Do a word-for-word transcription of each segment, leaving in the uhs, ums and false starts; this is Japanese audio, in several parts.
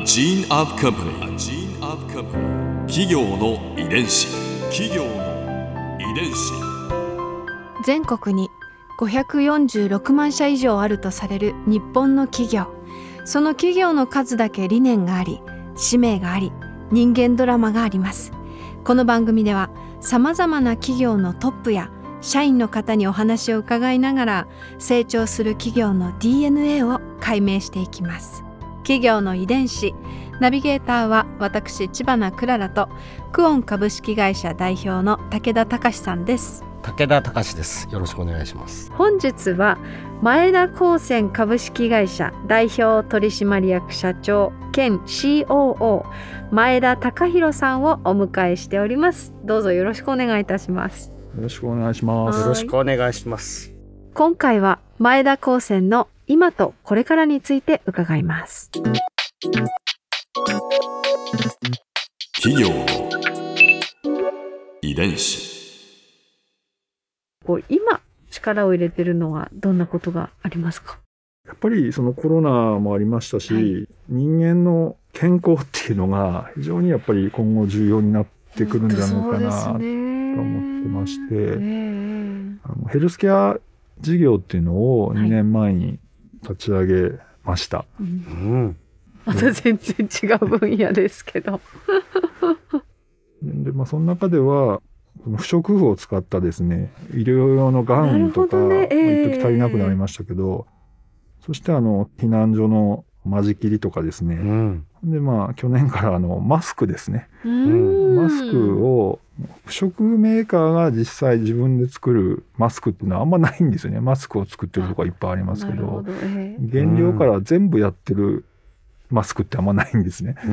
gene of company. A gene of company. 企業の遺伝子。企業の遺伝子。 全国にごひゃくよんじゅうろくまんしゃ以上あるとされる日本の企業。その企業の数だけ理念があり、使命があり、人間ドラマがあります。この番組ではさまざまな企業のトップや社員の方にお話を伺いながら、成長する企業の ディーエヌエー を解明していきます。企業の遺伝子。ナビゲーターは私知花クララとクオン株式会社代表の武田隆さんです。 武田隆です。よろしくお願いします。 本日は前田高専株式会社代表取締役社長兼 シーオーオー 前田隆弘さんをお迎えしております。どうぞよろしくお願いいたします。 よろしくお願いします。 よろしくお願いします。 今回は前田高専の今とこれからについて伺います。 企業の遺伝子。 こう今力を入れてるのはどんなことがありますか？ やっぱりそのコロナもありましたし、はい、人間の健康っていうのが非常にやっぱり今後重要になってくるんじゃないかなと思ってまして、あのヘルスケア事業っていうのをにねんまえに立ち上げました。はいうん、 また全然違う分野ですけどで、まあ、その中では不織布を使ったですね、医療用のガウンとか、ねえー、一時足りなくなりましたけど、そしてあの避難所の間仕切りとかですね、うん、でまあ去年からあのマスクですね、マスクを不織布メーカーが実際自分で作るマスクっていうのはあんまないんですよね。マスクを作ってるとこはいっぱいありますけど、えー、原料から全部やってるマスクってあんまないんですね、うん、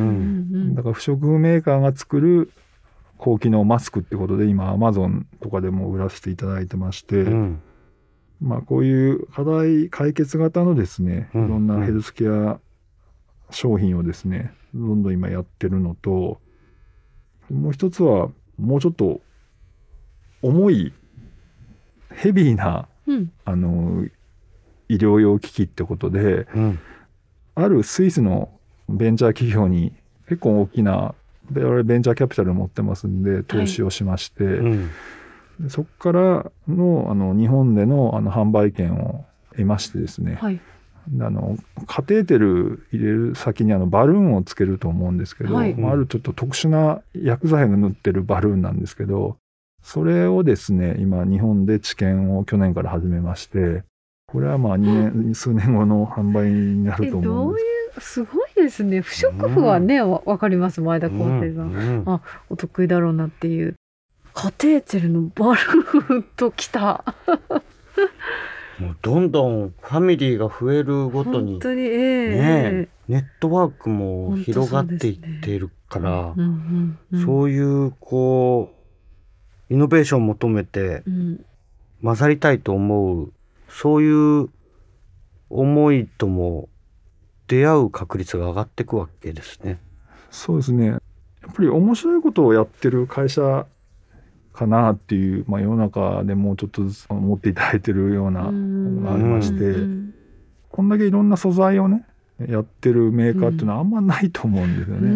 だから不織布メーカーが作る高機能マスクってことで今 Amazon とかでも売らせていただいてまして、うんまあ、こういう課題解決型のですね、いろんなヘルスケア商品をですね、どんどん今やってるのと、もう一つはもうちょっと重いヘビーな、うん、あの医療用機器ってことで、うん、あるスイスのベンチャー企業に結構大きなベンチャーキャピタルを持ってますんで投資をしまして、はいうん、でそこからの、あの日本で の, あの販売権を得ましてですね、はい、あのカテーテル入れる先にあのバルーンをつけると思うんですけど、はい、あるちょっと特殊な薬剤が塗ってるバルーンなんですけど、それをですね今日本で治験を去年から始めまして、これはまあにねん数年後の販売になると思うんです。 すごいですね。不織布はね、うん、わかります。前田康生さん、うんうん、あ、お得意だろうなっていう。カテーテルのバルーンときたもうどんどんファミリーが増えるごとに本当に、えーね、ネットワークも広がっていっているから、そう、ねうんうんうん、そういうこうイノベーションを求めて混ざりたいと思う、そういう思いとも出会う確率が上がっていくわけですね。 そうですね。やっぱり面白いことをやってる会社かなっていう、まあ、世の中でもうちょっとずつ思っていただいてるようなのがありまして、こんだけいろんな素材をねやってるメーカーっていうのはあんまないと思うんですよね、うん、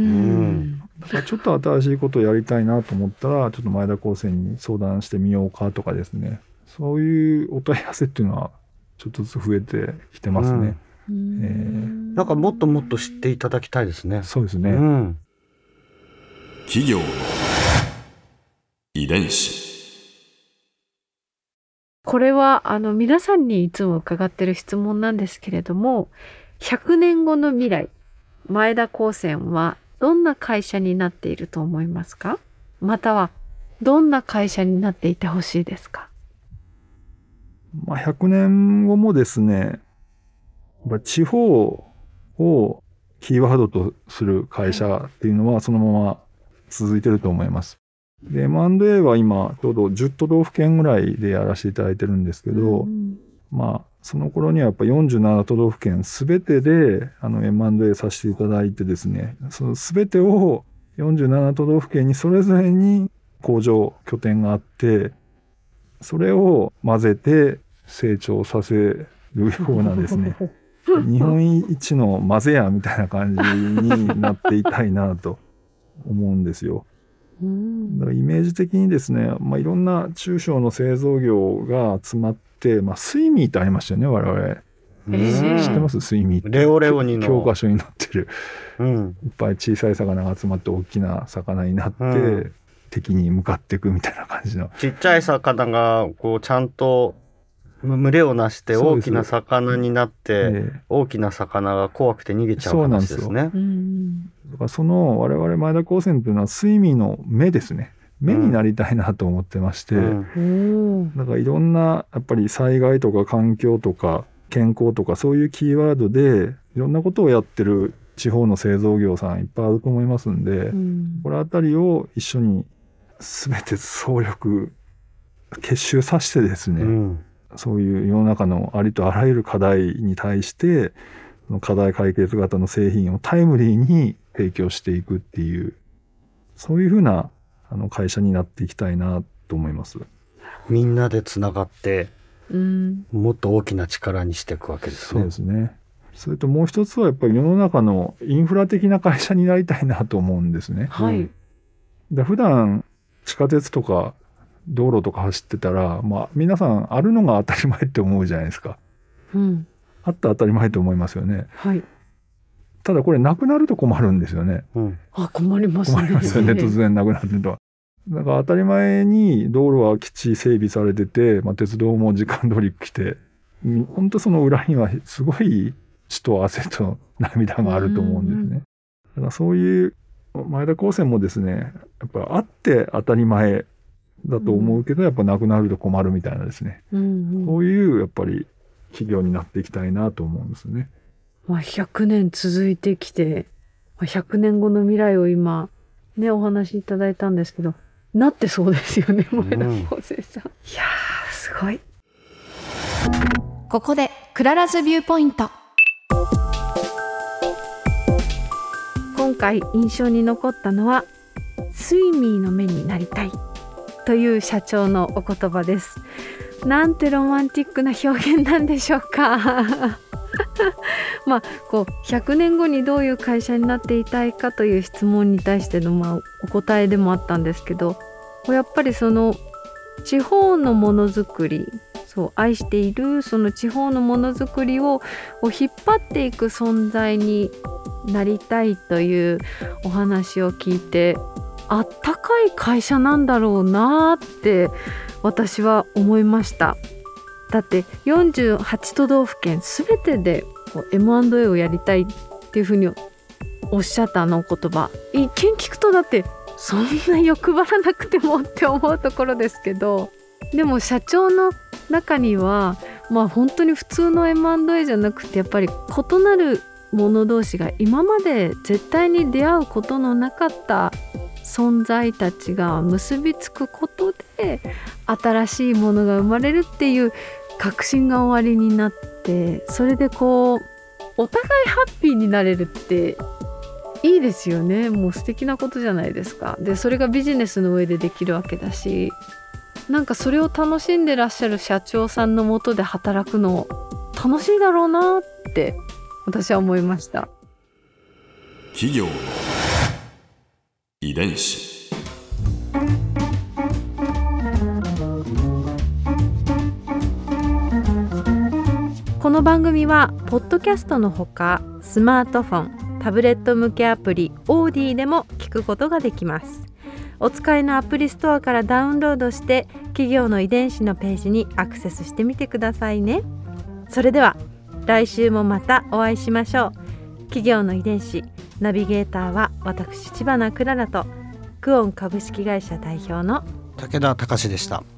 だからちょっと新しいことをやりたいなと思ったらちょっと前田高専に相談してみようかとかですね、そういうお問い合わせっていうのはちょっとずつ増えてきてますね、 うんえー、なんかもっともっと知っていただきたいですね。 そうですね、うん、 企業の遺伝子。 これはあの皆さんにいつも伺っている質問なんですけれども、ひゃくねんごの未来、前田高専はどんな会社になっていると思いますか？またはどんな会社になっていてほしいですか？ まあ、ひゃくねんごもですね、地方をキーワードとする会社っていうのはそのまま続いてると思います。で エムアンドエー は今ちょうどじゅう都道府県ぐらいでやらせていただいてるんですけど、うん、まあその頃にはやっぱよんじゅうなな都道府県すべてであの エムアンドエー させていただいてですね、そのすべてをよんじゅうなな都道府県にそれぞれに工場拠点があって、それを混ぜて成長させるようなですね日本一の混ぜ屋みたいな感じになっていたいなと思うんですよ。だからイメージ的にですね、まあ、いろんな中小の製造業が集まって、まあ、スイミーってありましたよね、我々。えー、知ってます？スイミーってレオレオニの教科書に載ってる、 うん、 いっぱい小さい魚が集まって大きな魚になって、うん、敵に向かっていくみたいな感じの。 ちっちゃい魚がこうちゃんと群れをなして大きな魚になって、えー、大きな魚が怖くて逃げちゃう話ですね。そうなんですよ。 だからその我々前田高専というのはスイミーの目ですね。目になりたいなと思ってまして、うん、だからいろんなやっぱり災害とか環境とか健康とかそういうキーワードでいろんなことをやってる地方の製造業さんいっぱいあると思いますんで、うん、これあたりを一緒に全て総力結集させてですね、うん、そういう世の中のありとあらゆる課題に対して課題解決型の製品をタイムリーに提供していくっていうそういうふうなあの会社になっていきたいなと思います。 みんなでつながってうん、もっと大きな力にしていくわけですね。 そうですね。それともう一つはやっぱり世の中のインフラ的な会社になりたいなと思うんですね。はい。で普段地下鉄とか道路とか走ってたら、まあ、皆さんあるのが当たり前って思うじゃないですか。うん。あった当たり前と思いますよね。はい。ただこれなくなると困るんですよね。 うん、あ困りますね。 困りますよね。突然なくなると。だから当たり前に道路はきっちり整備されてて、まあ、鉄道も時間通り来て、本当その裏にはすごい血と汗と涙があると思うんですね。だからそういう前田高専もですね、やっぱあって当たり前だと思うけど、やっぱなくなると困るみたいなですね、うんうん、そういうやっぱり企業になっていきたいなと思うんですね。 まあ、ひゃくねん続いてきて、ひゃくねんごの未来を今ねお話しいただいたんですけど、なってそうですよね、前田高専さん、うん、いやーすごい。ここでクララズビューポイント。今回印象に残ったのはスイミーの目になりたいという社長のお言葉です。なんてロマンティックな表現なんでしょうかまあこうひゃくねんごにどういう会社になっていたいかという質問に対しての、まあ、お答えでもあったんですけど、やっぱりその地方のものづくり、そう愛しているその地方のものづくりを引っ張っていく存在になりたいというお話を聞いて、あったかい会社なんだろうなって私は思いました。だってよんじゅうはち都道府県すべてで エムアンドエー をやりたいっていうふうにおっしゃったあの言葉、一見聞くとだってそんな欲張らなくてもって思うところですけど、でも社長の中にはまあ本当に普通の エムアンドエー じゃなくて、やっぱり異なるもの同士が今まで絶対に出会うことのなかった存在たちが結びつくことで新しいものが生まれるっていう確信が終わりになって、それでこうお互いハッピーになれるっていいですよね。もう素敵なことじゃないですか。でそれがビジネスの上でできるわけだし、なんかそれを楽しんでらっしゃる社長さんの下で働くの楽しいだろうなって私は思いました。 企業の遺伝子。 この番組はポッドキャストのほかスマートフォン、タブレット向けアプリオーディでも聞くことができます。お使いのアプリストアからダウンロードして企業の遺伝子のページにアクセスしてみてくださいね。それでは来週もまたお会いしましょう。企業の遺伝子ナビゲーターは私知花くららとクオン株式会社代表の武田隆でした。